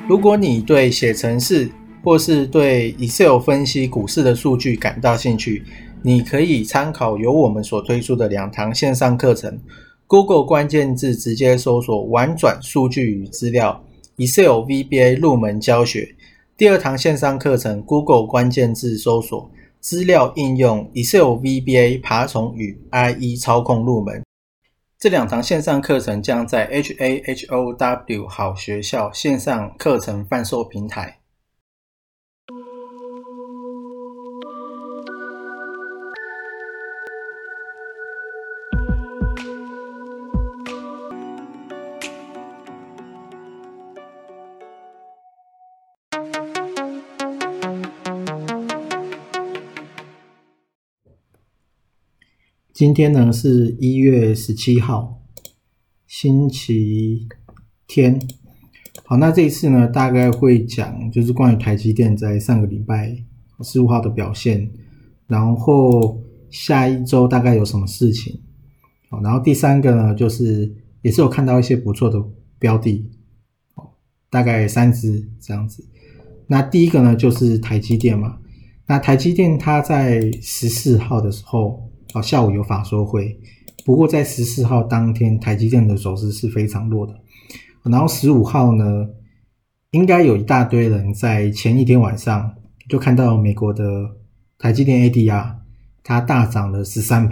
如果你对写程式或是对 Excel 分析股市的数据感到兴趣，你可以参考由我们所推出的2堂线上课程。Google 关键字直接搜索玩转数据与资料 Excel VBA 入门教学。第2堂线上课程 Google 关键字搜索资料应用 Excel VBA 爬虫与 IE 操控入门。这2堂线上课程将在 HAHOW 好学校线上课程贩售平台。今天呢是1月17号，星期天。好，那这一次呢大概会讲就是关于台积电在上个礼拜15号的表现，然后下一周大概有什么事情。好，然后第3个呢就是也是有看到一些不错的标的，大概3只这样子。那第一个呢就是台积电嘛，那台积电它在14号的时候下午有法说会，不过在14号当天台积电的走势是非常弱的。然后15号呢应该有一大堆人在前一天晚上就看到美国的台积电 ADR 它大涨了 13%，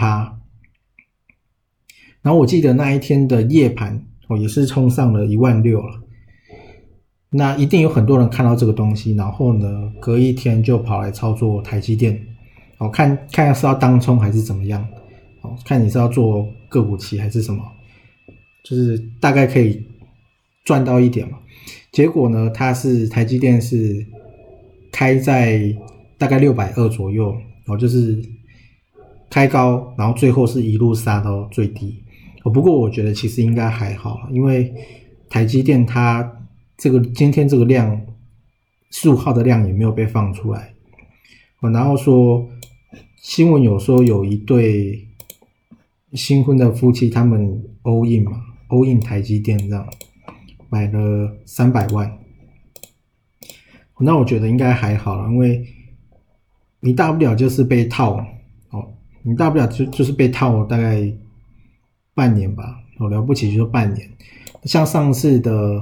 然后我记得那一天的夜盘也是冲上了16000了。那一定有很多人看到这个东西，然后呢隔一天就跑来操作台积电，看是要当冲还是怎么样，看你是要做个股期还是什么，就是大概可以赚到一点嘛。结果呢台积电是开在大概620左右，就是开高，然后最后是一路杀到最低。不过我觉得其实应该还好，因为台积电它今天这个量15号的量也没有被放出来，然后说新闻有说有一对新婚的夫妻他们 all in 嘛 all in 台积电这样买了300万。那我觉得应该还好啦，因为你大不了就是被套你大不了就是被套大概半年吧，了不起就是半年。像上次的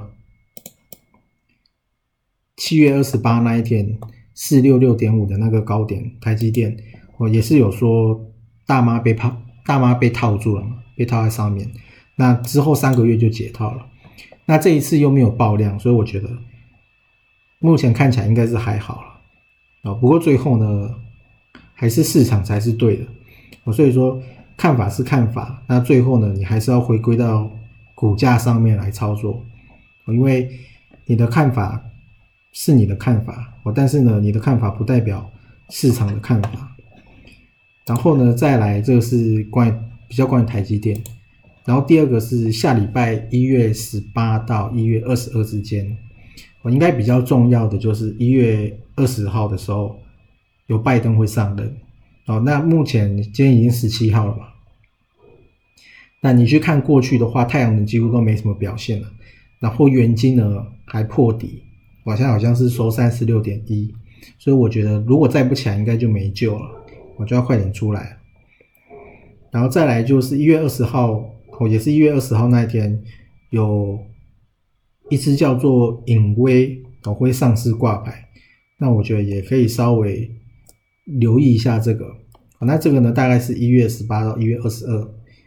7月28那一天 466.5 的那个高点台积电也是有说大妈被套住了嘛，被套在上面，那之后3个月就解套了。那这一次又没有爆量，所以我觉得目前看起来应该是还好了。不过最后呢还是市场才是对的，所以说看法是看法，那最后呢你还是要回归到股价上面来操作，因为你的看法是你的看法，但是呢你的看法不代表市场的看法。然后呢再来这个是比较关于台积电，然后第2个是下礼拜1月18到1月22之间，应该比较重要的就是1月20号的时候有拜登会上任。那目前今天已经17号了嘛，那你去看过去的话，太阳能几乎都没什么表现了，然后元晶呢还破底，现在好像是收 36.1， 所以我觉得如果再不起来应该就没救了，我就要快点出来。然后再来就是1月20号也是1月20号那一天有一只叫做影威会上市挂牌，那我觉得也可以稍微留意一下这个。那这个呢大概是1月18到1月22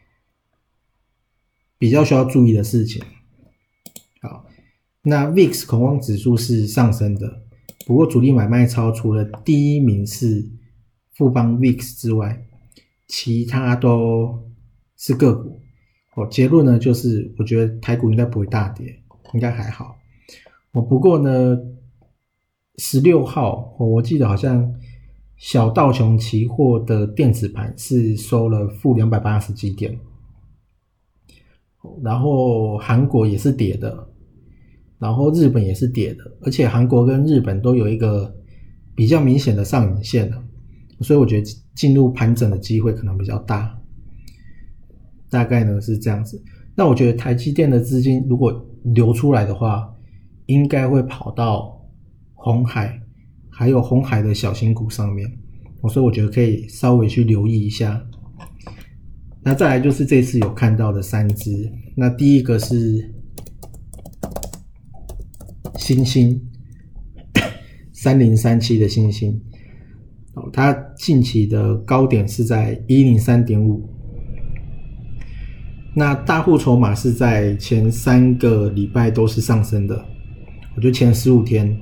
比较需要注意的事情。好，那 VIX 恐慌指数是上升的，不过主力买卖超除了第一名是富邦 VIX 之外，其他都是个股。结论呢就是我觉得台股应该不会大跌，应该还好。不过呢16号我记得好像小道琼期货的电子盘是收了负280几点，然后韩国也是跌的，然后日本也是跌的，而且韩国跟日本都有一个比较明显的上影线了，所以我觉得进入盘整的机会可能比较大，大概呢是这样子。那我觉得台积电的资金如果流出来的话， 应该会跑到红海，还有红海的小型股上面，所以我觉得可以稍微去留意一下。那再来就是这次有看到的3只，那第一个是星星3037的星星，它近期的高点是在 103.5， 那大户筹码是在前3个礼拜都是上升的，我觉得前15天，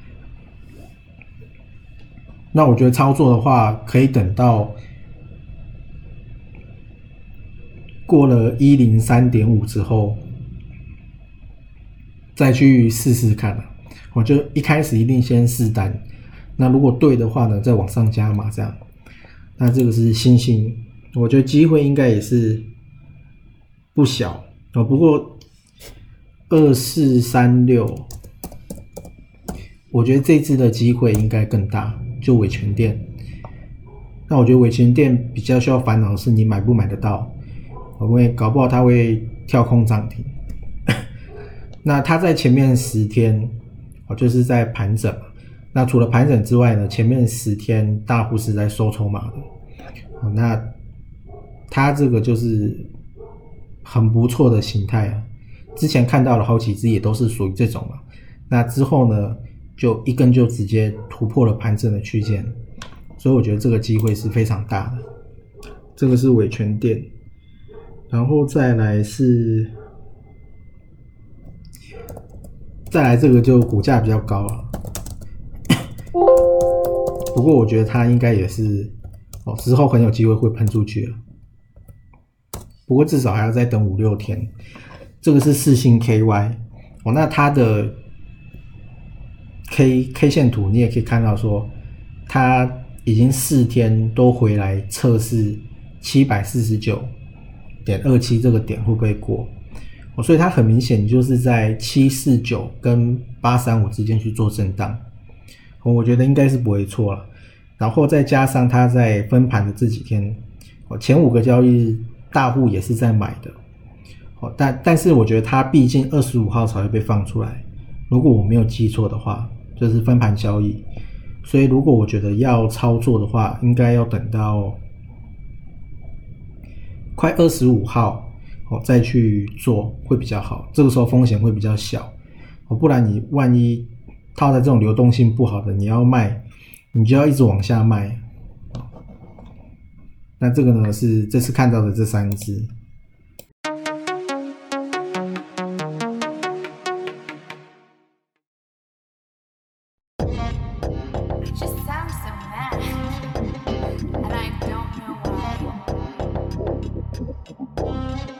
那我觉得操作的话可以等到过了 103.5 之后再去试试看啊。我就一开始一定先试单，那如果对的话呢，再往上加码这样。那这个是星星，我觉得机会应该也是不小哦。不过2436，我觉得这支的机会应该更大，就伟全电。那我觉得伟全电比较需要烦恼的是你买不买得到，因为搞不好它会跳空涨停。那它在前面10天就是在盘整嘛，那除了盘整之外呢，前面10天大户是在收筹码的，那它这个就是很不错的形态啊。之前看到了好几只也都是属于这种嘛，那之后呢就一根就直接突破了盘整的区间，所以我觉得这个机会是非常大的。这个是伟全电，然后再来这个就股价比较高了，不过我觉得它应该也是之后很有机会会喷出去了，不过至少还要再等5-6天。这个是世芯 KY， 那它的 K 线图你也可以看到说，它已经4天都回来测试 749.27 这个点会不会过，所以它很明显就是在749跟835之间去做震荡，我觉得应该是不会错了。然后再加上它在分盘的这几天，前5个交易日大户也是在买的，但是我觉得它毕竟25号才会被放出来，如果我没有记错的话，就是分盘交易，所以如果我觉得要操作的话，应该要等到快25号再去做会比较好，这个时候风险会比较小，不然你万一套在这种流动性不好的，你要卖你就要一直往下卖。那这个呢是这次看到的这3只。 And I don't know why.